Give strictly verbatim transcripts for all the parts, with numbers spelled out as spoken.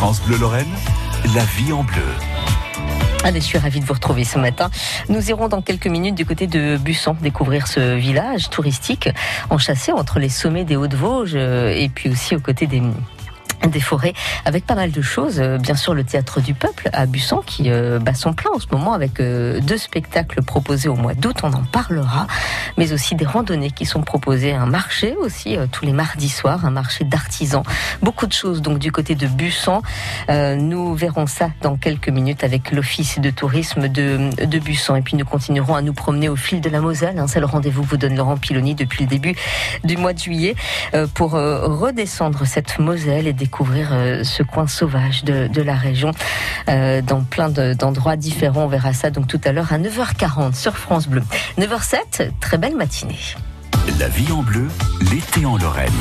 France Bleu Lorraine, la vie en bleu. Allez, je suis ravie de vous retrouver ce matin. Nous irons dans quelques minutes du côté de Bussan, découvrir ce village touristique enchâssé entre les sommets des Hauts-de-Vosges et puis aussi aux côtés des... des forêts, avec pas mal de choses. Bien sûr, le théâtre du peuple à Bussan qui euh, bat son plein en ce moment avec euh, deux spectacles proposés au mois d'août, on en parlera, mais aussi des randonnées qui sont proposées, un marché aussi euh, tous les mardis soirs, un marché d'artisans, beaucoup de choses donc du côté de Bussan. Euh, nous verrons ça dans quelques minutes avec l'office de tourisme de, de Bussan, et puis nous continuerons à nous promener au fil de la Moselle, hein, c'est le rendez-vous que vous donne Laurent Piloni depuis le début du mois de juillet euh, pour euh, redescendre cette Moselle et découvrir découvrir euh, ce coin sauvage de, de la région euh, dans plein de, d'endroits différents. On verra ça donc tout à l'heure à neuf heures quarante sur France Bleu. neuf heures sept, très belle matinée. La vie en bleu, l'été en Lorraine.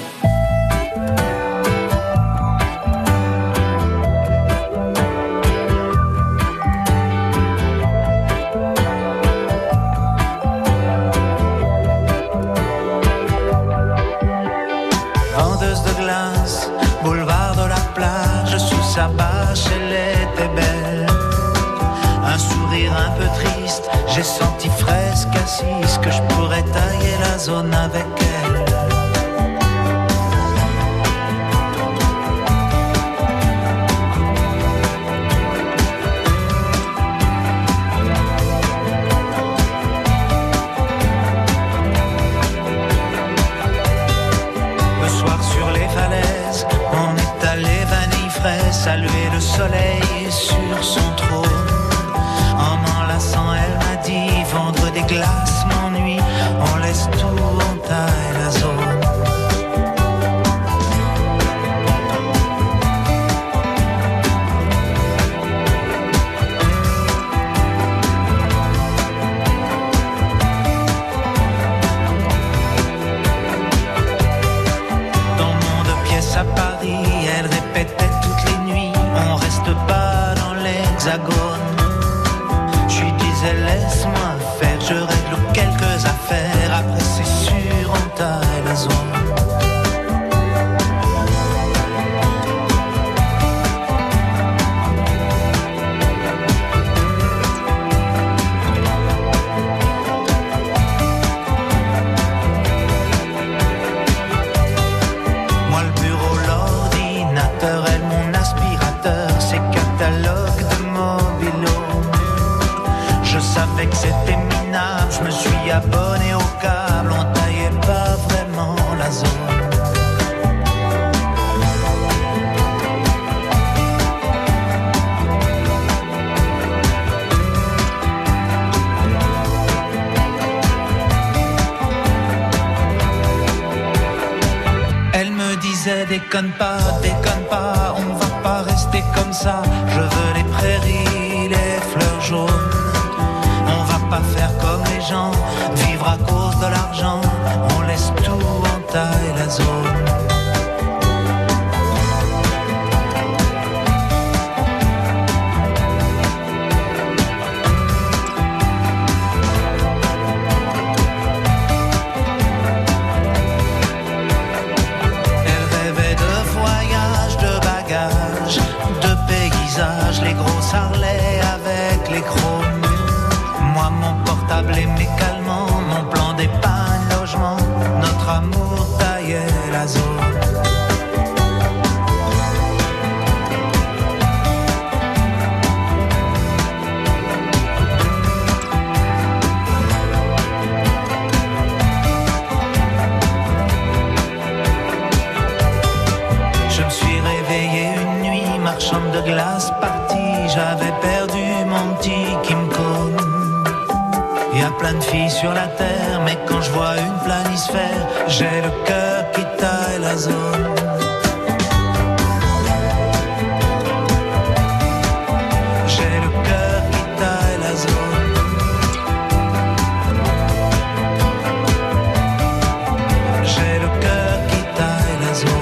Vendeuse de glace, boulevard de la plage, sous sa bâche, elle était belle. Un sourire un peu triste, j'ai senti fresque assise que je pourrais tailler la zone avec elle. Saluer le soleil sur son trône. En m'enlaçant, elle m'a dit: vendre des glaces m'ennuie, on laisse tout, on taille la zone. Dans mon deux pièces à Paris, elle répétait on reste pas dans l'hexagone. Je lui disais laisse-moi faire, je règle quelques affaires. Après c'est sûr on taille la zone. Moi le bureau, l'ordinateur, elle mon aspirateur, ces catalogues de mobilo. Je savais que c'était minable, je me suis abonné au câble, on taillait pas vraiment la zone. Elle me disait déconne pas, déconne pas, on va pas rester comme ça. Je veux les prairies, les fleurs jaunes. On va pas faire comme les gens, vivre à cause de l'argent. On laisse tout, on taille la zone. Les gros harlais avec les chromes. Moi mon portable et mes calmants, mon plan d'épargne logement, notre amour taillait la zone. Je me suis réveillé une nuit, marchande de glace partie. J'avais perdu mon petit Kimco. Y a plein de filles sur la terre, mais quand je vois une planisphère, j'ai le cœur qui taille la zone. J'ai le cœur qui taille la zone. J'ai le cœur qui taille la zone.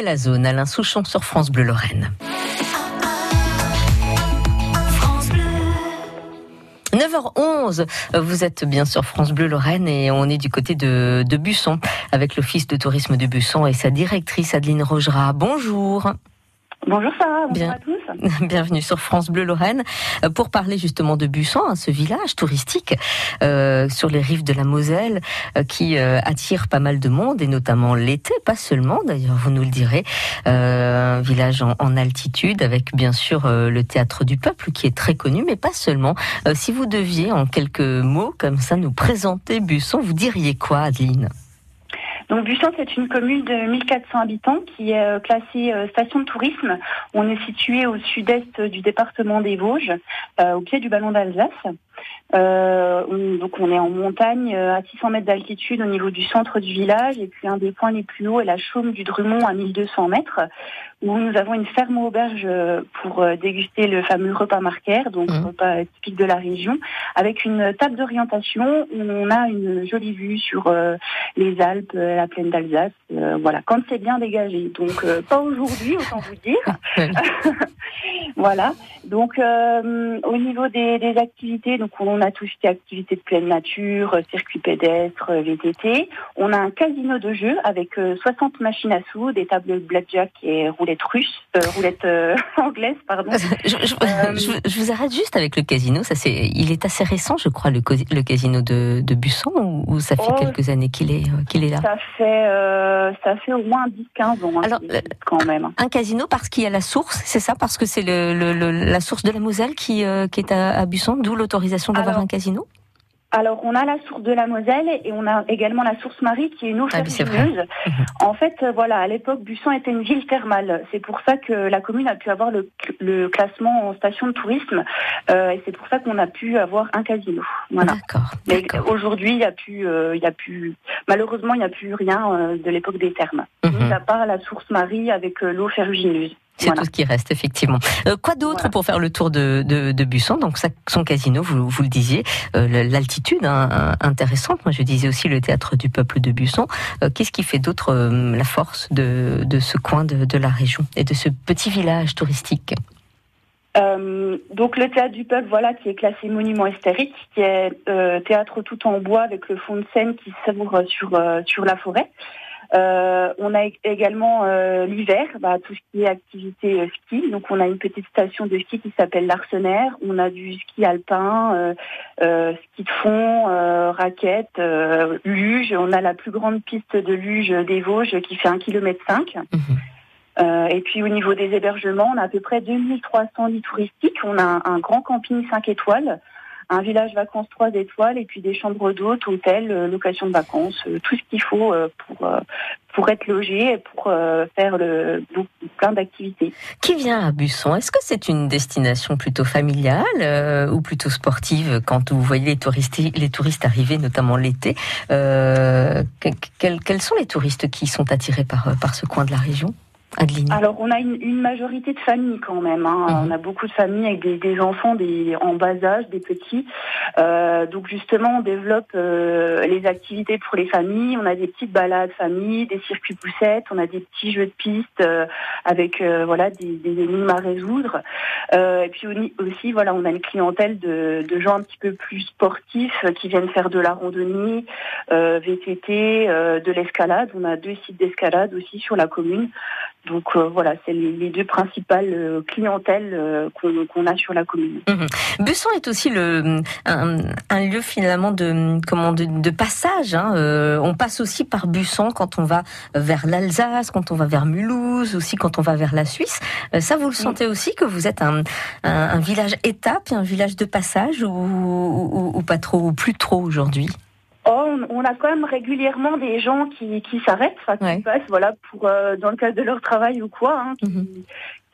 Voyez la zone, Alain Souchon sur France Bleu Lorraine. neuf heures onze, vous êtes bien sur France Bleu Lorraine et on est du côté de, de Busson avec l'Office de tourisme de Busson et sa directrice Adeline Rogerat. Bonjour. Bonjour Sarah, bonjour Bien. à tous. Bienvenue sur France Bleu Lorraine pour parler justement de Busson, hein, ce village touristique euh, sur les rives de la Moselle euh, qui euh, attire pas mal de monde et notamment l'été, pas seulement d'ailleurs, vous nous le direz. Euh, un village en, en altitude avec bien sûr euh, le théâtre du peuple qui est très connu, mais pas seulement. Euh, si vous deviez en quelques mots comme ça nous présenter Busson, vous diriez quoi, Adeline ? Donc Busson, c'est une commune de mille quatre cents habitants qui est classée euh, station de tourisme. On est situé au sud-est du département des Vosges, euh, au pied du ballon d'Alsace. Euh, on, donc on est en montagne euh, à six cents mètres d'altitude au niveau du centre du village, et puis un des points les plus hauts est la chaume du Drumont à mille deux cents mètres, où nous avons une ferme auberge pour euh, déguster le fameux repas marquaire, donc mmh. repas typique de la région, avec une table d'orientation où on a une jolie vue sur euh, les Alpes, euh, la plaine d'Alsace, euh, voilà, quand c'est bien dégagé. Donc euh, pas aujourd'hui, autant vous dire. Voilà. Donc euh, au niveau des, des activités, donc on a tout ce qui est activités de pleine nature, circuit pédestre, V T T. On a un casino de jeux avec euh, soixante machines à sous, des tables de blackjack et roulettes russes, euh, roulettes euh, anglaises, pardon. Je, je, euh, je, je vous arrête juste avec le casino. Ça c'est, il est assez récent, je crois, le, le casino de, de Busson, ou, ou ça fait oh, quelques années qu'il est qu'il est là. Ça fait euh, ça fait au moins dix quinze ans. Alors hein, quand même. Un casino parce qu'il y a la source, c'est ça, parce que c'est le, le, le la source de la Moselle qui euh, qui est à, à Busson, d'où l'autorisation d'avoir alors, un casino. Alors, on a la source de la Moselle et on a également la source Marie qui est une eau ferrugineuse. Ah, en fait, voilà, à l'époque, Busson était une ville thermale. C'est pour ça que la commune a pu avoir le, le classement en station de tourisme euh, et c'est pour ça qu'on a pu avoir un casino. Voilà. D'accord. Mais d'accord. aujourd'hui, il y a plus, euh, il y a plus, malheureusement, il n'y a plus rien euh, de l'époque des thermes. Mm-hmm. Mis à part la source Marie avec euh, l'eau ferrugineuse. C'est voilà. tout ce qui reste, effectivement. Euh, quoi d'autre voilà. pour faire le tour de, de, de Busson? Donc, ça, son casino, vous, vous le disiez, euh, l'altitude hein, intéressante. Moi, je disais aussi le théâtre du peuple de Busson. Euh, Qu'est-ce qui fait d'autre euh, la force de, de ce coin de, de la région et de ce petit village touristique? Euh, donc le théâtre du peuple, voilà, qui est classé monument historique, qui est euh, théâtre tout en bois avec le fond de scène qui s'ouvre sur euh, sur la forêt. Euh, on a également euh, l'hiver, bah, tout ce qui est activité euh, ski. Donc on a une petite station de ski qui s'appelle l'Arsenaire. On a du ski alpin, euh, euh, ski de fond, euh, raquettes, euh, luge. On a la plus grande piste de luge des Vosges qui fait un kilomètre cinq. Mmh. Euh, et puis au niveau des hébergements, on a à peu près deux mille trois cents lits touristiques. On a un, un grand camping cinq étoiles, un village vacances trois étoiles et puis des chambres d'hôtes, hôtels, euh, location de vacances, euh, tout ce qu'il faut euh, pour euh, pour être logé et pour euh, faire le, plein d'activités. Qui vient à Busson? Est-ce que c'est une destination plutôt familiale euh, ou plutôt sportive quand vous voyez les touristes, les touristes arriver, notamment l'été? euh, quels, quels sont les touristes qui sont attirés par, par ce coin de la région? Adeline. Alors, on a une, une majorité de familles quand même. Hein. Mmh. On a beaucoup de familles avec des, des enfants des, en bas âge, des petits. Euh, donc, justement, on développe euh, les activités pour les familles. On a des petites balades familles, des circuits poussettes. On a des petits jeux de piste euh, avec euh, voilà des, des énigmes à résoudre. Euh, et puis aussi, voilà, on a une clientèle de, de gens un petit peu plus sportifs qui viennent faire de la randonnée, euh, V T T, euh, de l'escalade. On a deux sites d'escalade aussi sur la commune. Donc euh, voilà, c'est les, les deux principales euh, clientèles euh, qu'on, qu'on a sur la commune. Mmh. Busson est aussi le un, un lieu finalement de comment de, de passage. Hein. Euh, on passe aussi par Busson quand on va vers l'Alsace, quand on va vers Mulhouse, aussi quand on va vers la Suisse. Euh, ça, vous le sentez aussi que vous êtes un, un, un village étape, un village de passage ou, ou, ou pas trop, ou plus trop aujourd'hui? Oh, on a quand même régulièrement des gens qui, qui s'arrêtent, enfin, qui ouais. passent, voilà, pour euh, dans le cadre de leur travail ou quoi, hein, qui, mmh.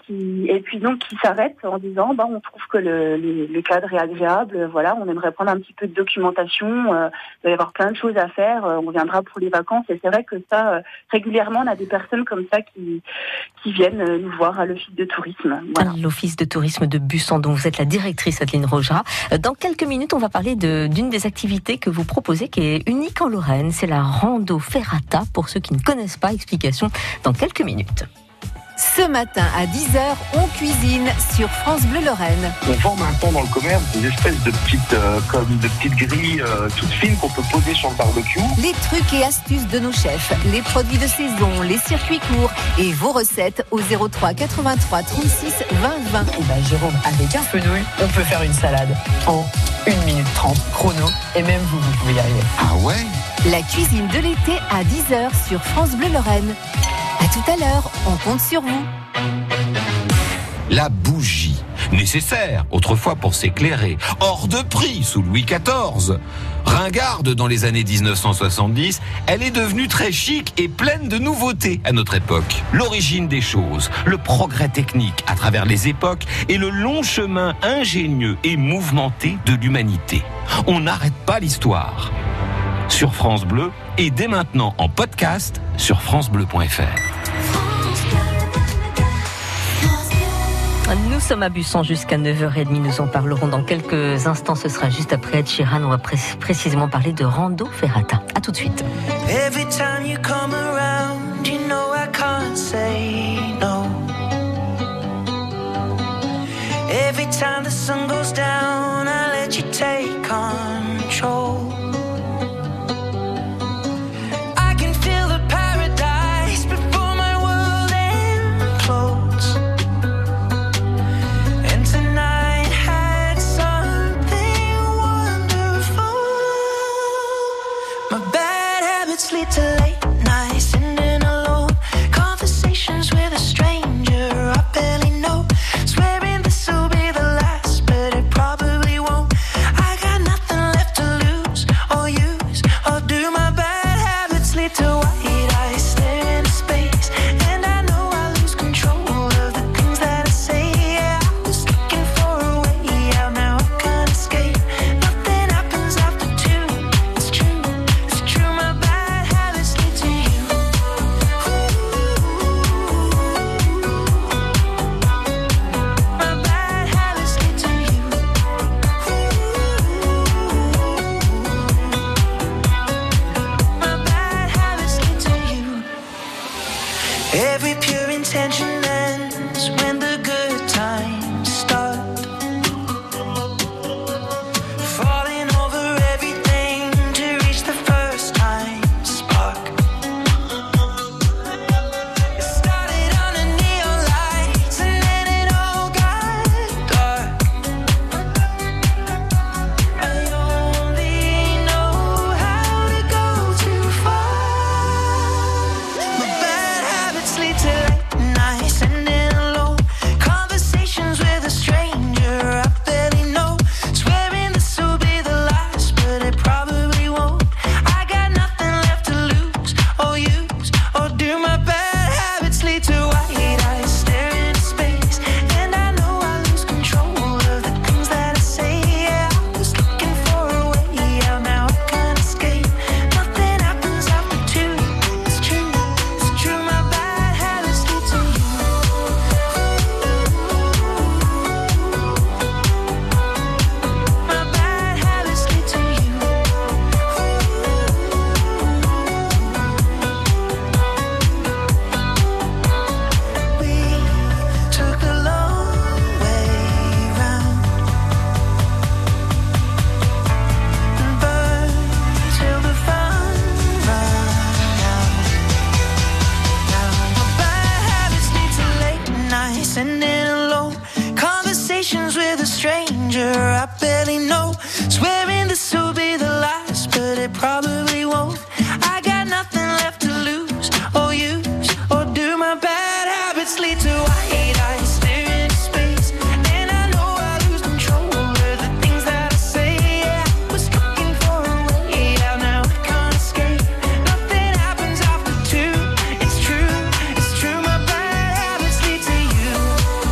qui et puis donc qui s'arrêtent en disant bah on trouve que le, le, le cadre est agréable, voilà, on aimerait prendre un petit peu de documentation, euh, il va y avoir plein de choses à faire, euh, on viendra pour les vacances. Et c'est vrai que ça euh, régulièrement on a des personnes comme ça qui qui viennent euh, nous voir à l'office de tourisme. Voilà. L'office de tourisme de Bussan, dont vous êtes la directrice, Adeline Rogera. Dans quelques minutes, on va parler de, d'une des activités que vous proposez qui est unique en Lorraine, c'est la rando ferrata. Pour ceux qui ne connaissent pas, explication dans quelques minutes. Ce matin à dix heures, on cuisine sur France Bleu Lorraine. On vend maintenant dans le commerce des espèces de petites, euh, comme de petites grilles euh, toutes fines qu'on peut poser sur le barbecue. Les trucs et astuces de nos chefs, les produits de saison, les circuits courts et vos recettes au zéro trois quatre-vingt-trois trente-six vingt vingt. Et ben Jérôme, avec un fenouil, on peut faire une salade en une minute trente chrono et même vous, vous pouvez y arriver. Ah ouais? La cuisine de l'été à dix heures sur France Bleu Lorraine. À tout à l'heure, on compte sur vous. La bougie, nécessaire autrefois pour s'éclairer, hors de prix sous Louis quatorze. Ringarde dans les années dix-neuf cent soixante-dix, elle est devenue très chic et pleine de nouveautés à notre époque. L'origine des choses, le progrès technique à travers les époques et le long chemin ingénieux et mouvementé de l'humanité. On n'arrête pas l'histoire. Sur France Bleu et dès maintenant en podcast sur francebleu point f r. Nous sommes à Bussan jusqu'à neuf heures trente. Nous en parlerons dans quelques instants. Ce sera juste après Ed Sheeran. On va pré- précisément parler de rando ferrata. À tout de suite. Every time you come around, you know I can't say no. Every time the sun goes down, I let you take control. Lead to late nights, sitting alone, conversations with a stranger I barely know, swearing this will be the last, but it probably won't. I got nothing left to lose or use or do. My bad habits lead to white eyes staring into space, and I know I lose control of the things that I say. Yeah, I was looking for a way out, now I can't escape. Nothing happens after two. It's true, it's true. My bad. Every pure intention ends when the good times start. Falling over everything to reach the first time spark. It started on a neon lights and then it all got dark. I only know how to go too far. My bad habits lead to late nights, ending alone. Conversations with a stranger I barely know, swearing this will be the last, but it probably won't. I got nothing left to lose or use or do. My bad habits lead to white eyes staring into space, and I know I lose control of the things that I say. Yeah, I was looking for a way out, now I can't escape. Nothing happens after two. It's true, it's true. My bad habits lead to you. My bad habits lead to you. We took a long way round and burned till the fun ran out. Now my bad habits lead to late nights, ending alone. Conversations with a stranger I barely know, swearing this will be the last, but it probably won't. I got nothing left to lose or use or do. My bad habits lead to white eyes staring into space, and I know I lose control of the things that I say. Yeah, I was looking for a way out, now I can't escape. Nothing happens after two. It's true, it's true. My bad habits lead to you.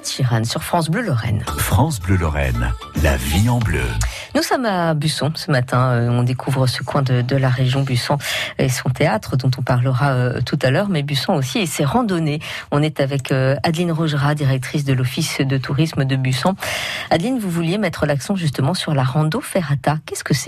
Ed Sheeran sur France Bleu Lorraine. France Bleu Lorraine, la vie en bleu. Nous sommes à Busson ce matin. On découvre ce coin de, de la région, Busson et son théâtre dont on parlera euh, tout à l'heure, mais Busson aussi et ses randonnées. On est avec euh, Adeline Rogera, directrice de l'Office de tourisme de Busson. Adeline, vous vouliez mettre l'accent justement sur la rando ferrata. Qu'est-ce que c'est ?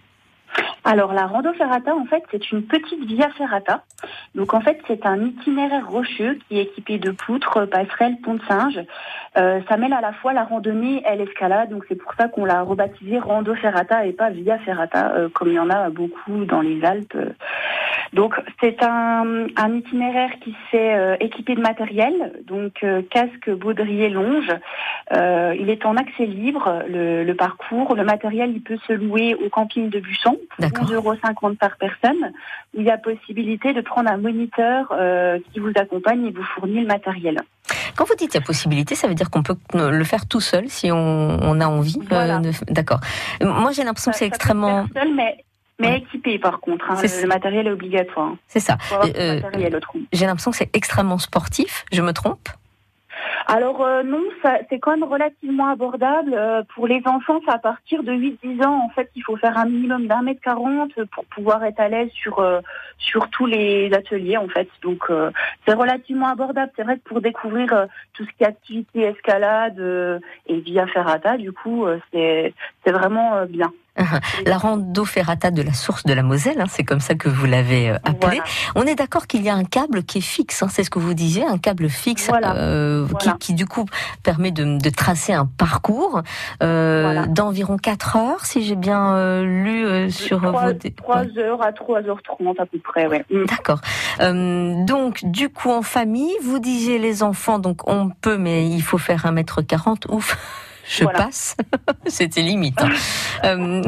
Alors la rando ferrata, en fait, c'est une petite via ferrata. Donc en fait, c'est un itinéraire rocheux qui est équipé de poutres, passerelles, ponts de singe. Euh, ça mêle à la fois la randonnée et l'escalade. Donc c'est pour ça qu'on l'a rebaptisé rando ferrata et pas via ferrata, euh, comme il y en a beaucoup dans les Alpes. Donc c'est un, un itinéraire qui s'est euh, équipé de matériel, donc euh, casque, baudrier, longe. Euh, il est en accès libre, le, le parcours. Le matériel, il peut se louer au camping de Busson pour onze euros cinquante par personne. Il y a possibilité de prendre un moniteur euh, qui vous accompagne et vous fournit le matériel. Quand vous dites il y a possibilité, ça veut dire qu'on peut le faire tout seul si on, on a envie. Voilà. Euh, de... D'accord. Moi, j'ai l'impression ça, que c'est extrêmement... Ça peut se faire seul, mais... Mais équipé par contre, hein, le, le matériel est obligatoire. C'est ça. Euh, matériel, j'ai l'impression que c'est extrêmement sportif, je me trompe ? Alors euh, non, ça, c'est quand même relativement abordable. Euh, pour les enfants, c'est à partir de huit dix ans. En fait, il faut faire un minimum d'un mètre quarante pour pouvoir être à l'aise sur euh, sur tous les ateliers, en fait. Donc, euh, c'est relativement abordable. C'est vrai que pour découvrir euh, tout ce qui est activité escalade euh, et via ferrata, du coup, euh, c'est c'est vraiment euh, bien. La rando ferrata de la source de la Moselle, hein, c'est comme ça que vous l'avez euh, appelé. Voilà. On est d'accord qu'il y a un câble qui est fixe, hein, c'est ce que vous disiez, un câble fixe voilà. Euh, voilà. Qui, qui du coup permet de, de tracer un parcours euh, voilà. d'environ quatre heures, si j'ai bien euh, lu euh, sur trois, vos... trois heures à trois heures trente à peu près, ouais. Mm. D'accord. Euh, donc, du coup, en famille, vous disiez les enfants, donc on peut, mais il faut faire un mètre quarante, ouf. Je voilà. passe, c'était limite. Hein. euh...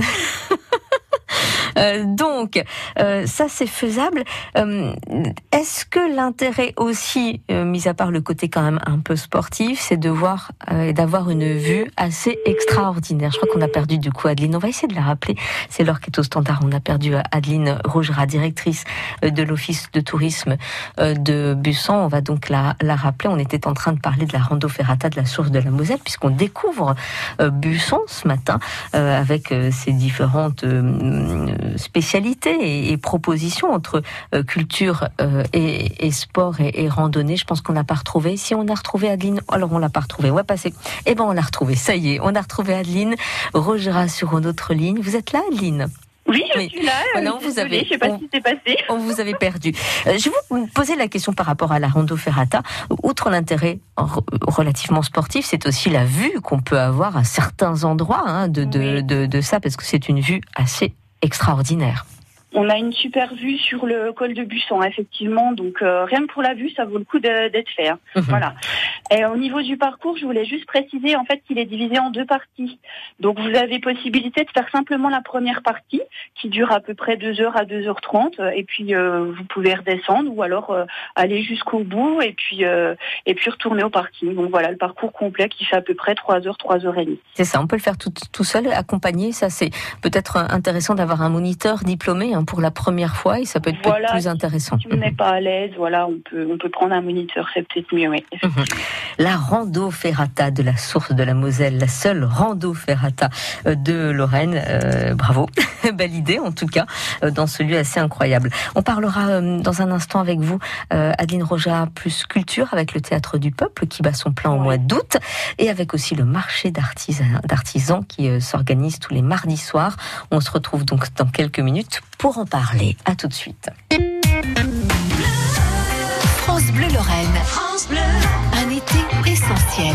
Euh, donc, euh, ça c'est faisable. Euh, est-ce que l'intérêt aussi, euh, mis à part le côté quand même un peu sportif, c'est de voir et euh, d'avoir une vue assez extraordinaire. Je crois qu'on a perdu du coup Adeline. On va essayer de la rappeler. C'est l'heure qui est au standard. On a perdu Adeline Rogera, directrice de l'Office de tourisme de Busson. On va donc la, la rappeler. On était en train de parler de la rando ferrata de la source de la Moselle, puisqu'on découvre euh, Busson ce matin euh, avec euh, ses différentes euh, spécialités et, et propositions entre euh, culture euh, et, et sport et, et randonnée. Je pense qu'on n'a pas retrouvé. Si on a retrouvé Adeline, alors on l'a pas retrouvé. On va passer. Eh ben on l'a retrouvé. Ça y est, on a retrouvé Adeline Rogera sur une autre ligne. Vous êtes là, Adeline ? Oui, je oui. suis là. Voilà, on vous avait, je ne sais pas on, ce qui s'est passé. On vous avait perdu. Euh, je vais vous poser la question par rapport à la rando ferrata. Outre l'intérêt relativement sportif, c'est aussi la vue qu'on peut avoir à certains endroits hein, de, de, oui. de, de, de ça, parce que c'est une vue assez extraordinaire. On a une super vue sur le col de Busson, effectivement. Donc, euh, rien que pour la vue, ça vaut le coup de, d'être fait. Hein. Mmh. Voilà. Et au niveau du parcours, je voulais juste préciser, en fait, qu'il est divisé en deux parties. Donc, vous avez possibilité de faire simplement la première partie, qui dure à peu près deux heures à deux heures trente. Et puis, euh, vous pouvez redescendre ou alors euh, aller jusqu'au bout et puis euh, et puis retourner au parking. Donc, voilà, le parcours complet qui fait à peu près trois heures, trois heures et demie. C'est ça, on peut le faire tout, tout seul, accompagné. Ça, c'est peut-être intéressant d'avoir un moniteur diplômé, hein, pour la première fois et ça peut être voilà, plus intéressant. Si on n'est pas à l'aise, voilà, on peut, on peut prendre un moniteur, c'est peut-être mieux, oui. La rando ferrata de la source de la Moselle, la seule rando ferrata de Lorraine. Euh, bravo, belle idée en tout cas, dans ce lieu assez incroyable. On parlera dans un instant avec vous, Adeline Rogera, plus culture avec le Théâtre du Peuple qui bat son plein au mois d'août et avec aussi le marché d'artisans, d'artisans qui s'organise tous les mardis soirs. On se retrouve donc dans quelques minutes pour en parler. À tout de suite. France Bleu Lorraine. France Bleu. Un été essentiel.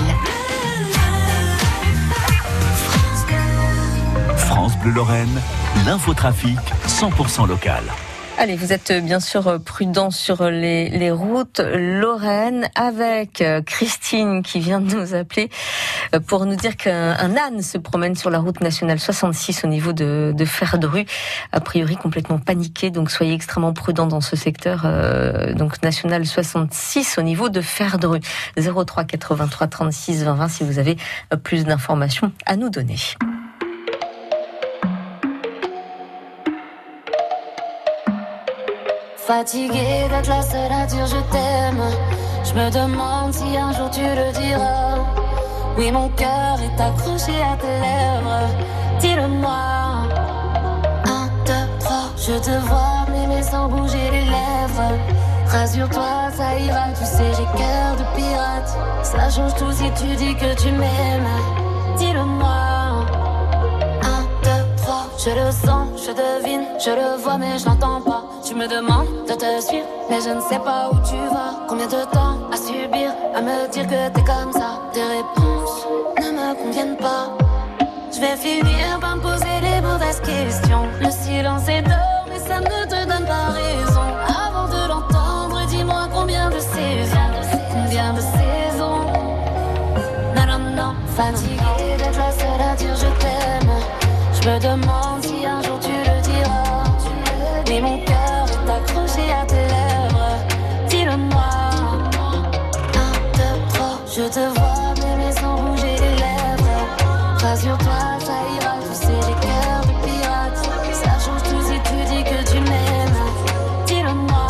France Bleu Lorraine, l'infotrafic cent pour cent local. Allez, vous êtes bien sûr prudents sur les, les routes lorraines avec Christine qui vient de nous appeler pour nous dire qu'un un âne se promène sur la route nationale soixante-six au niveau de, de Ferdru, a priori complètement paniqué, donc soyez extrêmement prudents dans ce secteur, euh, donc nationale soixante-six au niveau de Ferdru. zéro trois quatre-vingt-trois trente-six vingt vingt si vous avez plus d'informations à nous donner. Fatiguée d'être la seule à dire je t'aime. Je me demande si un jour tu le diras. Oui, mon cœur est accroché à tes lèvres. Dis-le-moi. Un, deux, trois. Je te vois m'aimer sans bouger les lèvres. Rassure-toi, ça ira, tu sais, j'ai cœur de pirate. Ça change tout si tu dis que tu m'aimes. Dis-le-moi. Un, deux, trois. Je le sens, je devine, je le vois, mais je l'entends pas. Tu me demandes de te suivre, mais je ne sais pas où tu vas. Combien de temps à subir, à me dire que t'es comme ça. Tes réponses ne me conviennent pas. Je vais finir par me poser les mauvaises questions. Le silence est d'or, mais ça ne te donne pas raison. Avant de l'entendre, dis-moi combien de saisons. Combien de saisons. Non, non, non, fatiguée d'être la seule à dire je t'aime. Je me demande si un jour tu le diras. Mais mon cœur est accroché à tes lèvres. Dis-le-moi. Un, deux, trois. Je te vois m'aimer sans bouger les lèvres. Rassure-toi, ça ira, tu sais, j'ai cœur de pirate. Ça change tout si tu dis que tu m'aimes. Dis-le-moi.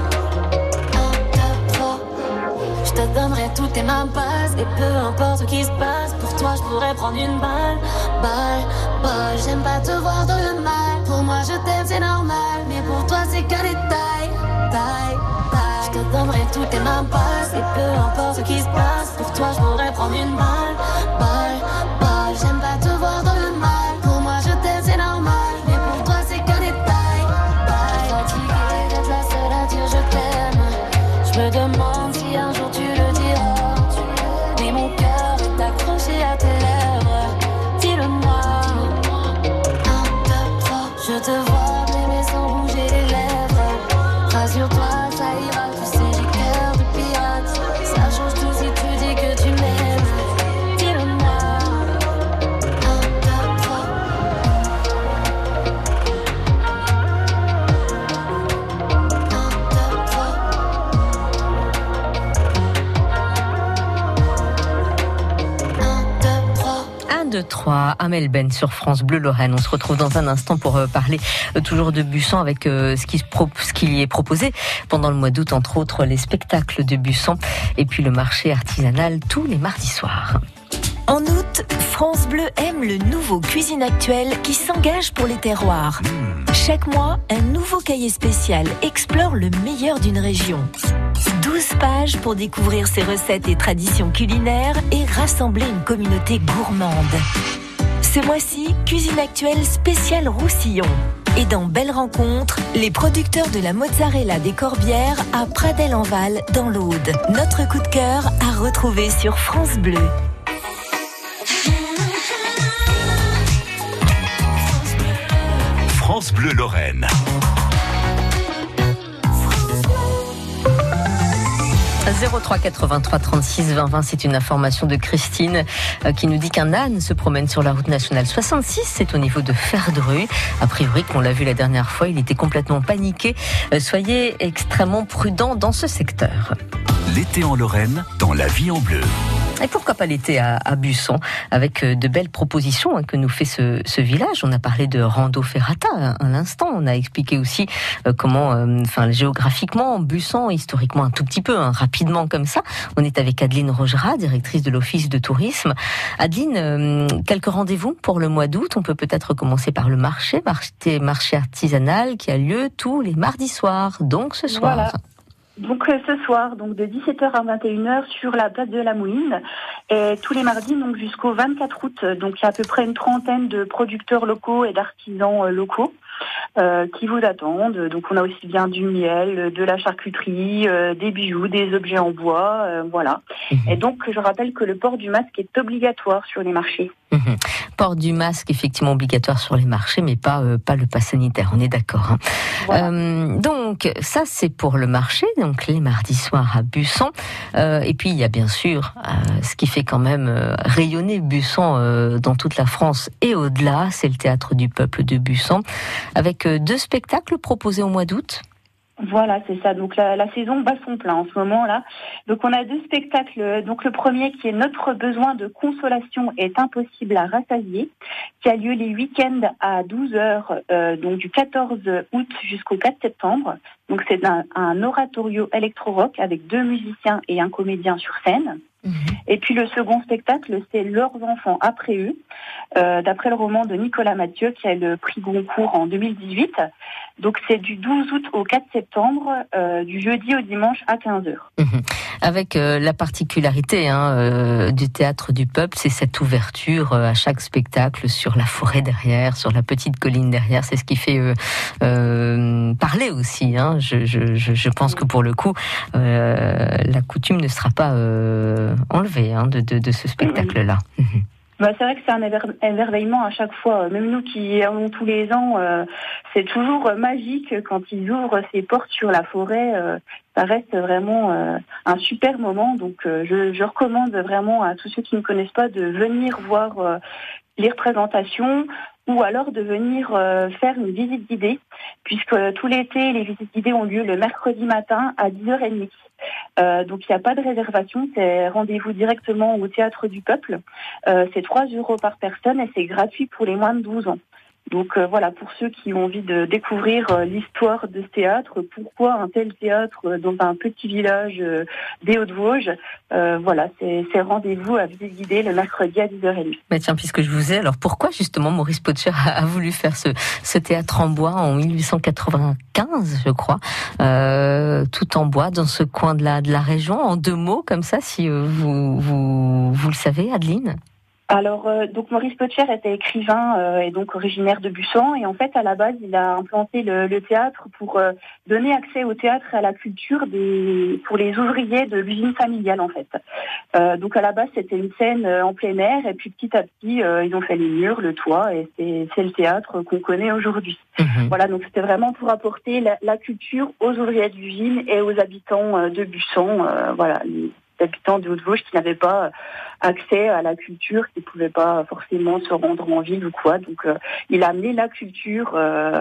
Un, deux, trois. Je te donnerai toutes tes mains passes. Et peu importe ce qui se passe, pour toi je pourrais prendre une balle. Balle, balle, j'aime pas te voir dans le mal. Pour moi je t'aime, c'est normal. Mais pour toi c'est qu'un détail. Taille, taille. Je te donnerai toutes tes mains passes. Et peu importe ce qui se passe, pour toi je pourrais prendre une balle. Balle, balle, j'aime pas te voir dans le mal. Pour moi je t'aime, c'est normal. Mais pour toi c'est qu'un détail. Taille. Fatiguée d'être la seule à dire je t'aime. Je me demande si un jour tu le diras. Mais mon cœur est accroché à tes lèvres. Dis-le-moi. Un, deux, trois. Je te vois m'aimer sans bouger les lèvres. Rassure-toi, ça ira, tu sais, j'ai cœur de pirate. Ça change tout si tu dis que tu m'aimes. Dis-le-moi. Un, deux, trois. Un, deux, trois. Un, deux, trois. un, deux, trois, Amel Ben sur France Bleu Lorraine. On se retrouve dans un instant pour euh, parler euh, toujours de Bussan avec euh, ce, qui se pro- ce qui y est proposé pendant le mois d'août, entre autres les spectacles de Bussan et puis le marché artisanal tous les mardis soirs. En août, France Bleu aime le nouveau Cuisine Actuelle qui s'engage pour les terroirs. Chaque mois, un nouveau cahier spécial explore le meilleur d'une région. douze pages pour découvrir ses recettes et traditions culinaires et rassembler une communauté gourmande. Ce mois-ci, Cuisine Actuelle spécial Roussillon. Et dans Belle Rencontre, les producteurs de la mozzarella des Corbières à Pradel-en-Val dans l'Aude. Notre coup de cœur à retrouver sur France Bleu. France Bleu Lorraine. zéro trois quatre-vingt-trois trente-six vingt vingt, c'est une information de Christine euh, qui nous dit qu'un âne se promène sur la route nationale soixante-six, c'est au niveau de Ferdru. A priori, qu'on l'a vu la dernière fois, il était complètement paniqué. Euh, soyez extrêmement prudents dans ce secteur. L'été en Lorraine, dans la vie en bleu. Et pourquoi pas l'été à, à Bussan, avec de belles propositions hein, que nous fait ce, ce village. On a parlé de rando ferrata à, à l'instant. On a expliqué aussi euh, comment, euh, enfin géographiquement, Bussan, historiquement un tout petit peu, hein, rapidement comme ça. On est avec Adeline Rogerat, directrice de l'Office de tourisme. Adeline, euh, quelques rendez-vous pour le mois d'août. On peut peut-être commencer par le marché, marché, marché artisanal qui a lieu tous les mardis soirs, donc ce soir. Voilà. Donc euh, ce soir, donc de dix-sept heures à vingt et une heures sur la place de la Mouline, et tous les mardis donc jusqu'au vingt-quatre août. Donc il y a à peu près une trentaine de producteurs locaux et d'artisans euh, locaux euh, qui vous attendent. Donc on a aussi bien du miel, de la charcuterie, euh, des bijoux, des objets en bois, euh, voilà. Mmh. Et donc je rappelle que le port du masque est obligatoire sur les marchés. Mmh. Port du masque effectivement obligatoire sur les marchés, mais pas euh, pas le pass sanitaire. On est d'accord. Hein. Voilà. Euh, donc ça c'est pour le marché. Donc les mardis soirs à Bussan. Euh, et puis il y a bien sûr euh, ce qui fait quand même euh, rayonner Bussan euh, dans toute la France et au-delà, c'est le Théâtre du Peuple de Bussan, avec euh, deux spectacles proposés au mois d'août. Voilà, c'est ça. Donc la, la saison bat son plein en ce moment-là. Donc on a deux spectacles. Donc le premier qui est Notre besoin de consolation est impossible à rassasier, qui a lieu les week-ends à douze heures, euh, donc du quatorze août jusqu'au quatre septembre. Donc c'est un, un oratorio électro-rock avec deux musiciens et un comédien sur scène. Mmh. Et puis le second spectacle, c'est Leurs enfants après eux, euh, d'après le roman de Nicolas Mathieu, qui a eu le prix Goncourt en deux mille dix-huit. Donc c'est du douze août au quatre septembre, euh, du jeudi au dimanche à quinze heures. Mmh. Avec euh, la particularité hein, euh, du théâtre du peuple, c'est cette ouverture euh, à chaque spectacle sur la forêt derrière, sur la petite colline derrière. C'est ce qui fait euh, euh, parler aussi. Hein. Je, je, je pense que pour le coup, euh, la coutume ne sera pas euh, enlevée hein, de, de, de ce spectacle-là. Mmh. Bah, c'est vrai que c'est un éver- émerveillement à chaque fois. Même nous qui allons tous les ans, euh, c'est toujours magique quand ils ouvrent ces portes sur la forêt. Euh, ça reste vraiment euh, un super moment. Donc euh, je, je recommande vraiment à tous ceux qui ne connaissent pas de venir voir euh, les représentations ou alors de venir euh, faire une visite guidée, puisque euh, tout l'été, les visites guidées ont lieu le mercredi matin à dix heures trente. Euh, donc il n'y a pas de réservation, c'est rendez-vous directement au Théâtre du Peuple. Euh, c'est trois euros par personne et c'est gratuit pour les moins de douze ans. Donc euh, voilà, pour ceux qui ont envie de découvrir euh, l'histoire de ce théâtre, pourquoi un tel théâtre euh, dans un petit village euh, des Hauts-de-Vosges, euh, voilà, c'est, c'est rendez-vous à visite guidée le mercredi à dix heures trente. Mais tiens, puisque je vous ai, alors pourquoi justement Maurice Potcher a, a voulu faire ce, ce théâtre en bois en mille huit cent quatre-vingt-quinze, je crois, euh, tout en bois dans ce coin de la, de la région, en deux mots comme ça, si euh, vous, vous, vous le savez, Adeline ? Alors, euh, donc Maurice Potcher était écrivain euh, et donc originaire de Bussan. Et en fait, à la base, il a implanté le, le théâtre pour euh, donner accès au théâtre et à la culture des, pour les ouvriers de l'usine familiale, en fait. Euh, donc, à la base, c'était une scène euh, en plein air. Et puis, petit à petit, euh, ils ont fait les murs, le toit. Et c'est, c'est le théâtre qu'on connaît aujourd'hui. Mmh. Voilà, donc c'était vraiment pour apporter la, la culture aux ouvriers de l'usine et aux habitants euh, de Bussan. Euh, voilà, les habitants de Hauts-de-Vosges qui n'avaient pas accès à la culture, qui ne pouvaient pas forcément se rendre en ville ou quoi. Donc, euh, il a amené la culture euh,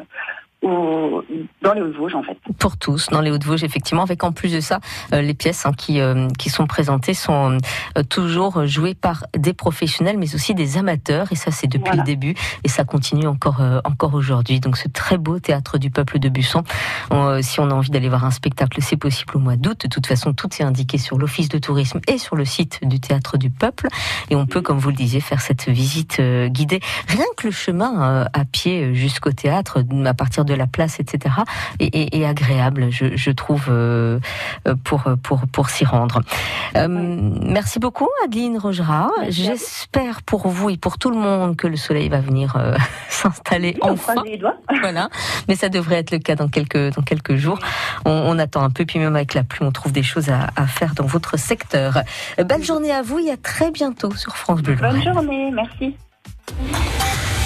au, dans les Hauts-de-Vosges, en fait. Pour tous, dans les Hauts-de-Vosges, effectivement. Avec en plus de ça, euh, les pièces hein, qui, euh, qui sont présentées sont euh, toujours jouées par des professionnels, mais aussi des amateurs. Et ça, c'est depuis voilà. le début. Et ça continue encore, euh, encore aujourd'hui. Donc, ce très beau théâtre du peuple de Bussan. Euh, si on a envie d'aller voir un spectacle, c'est possible au mois d'août. De toute façon, tout est indiqué sur l'Office de tourisme et sur le site du théâtre du peuple. Et on peut, comme vous le disiez, faire cette visite euh, guidée. Rien que le chemin euh, à pied jusqu'au théâtre, à partir de la place, et cetera, est, est, est agréable, je, je trouve, euh, pour, pour, pour s'y rendre. Euh, oui. Merci beaucoup, Adeline Rogera. Merci. J'espère pour vous et pour tout le monde que le soleil va venir euh, s'installer oui, enfin. On les doigts. Voilà. Mais ça devrait être le cas dans quelques, dans quelques jours. On, on attend un peu, puis même avec la pluie, on trouve des choses à, à faire dans votre secteur. Belle journée à vous et à très bientôt sur France Bleu Lorraine. Bonne journée, merci.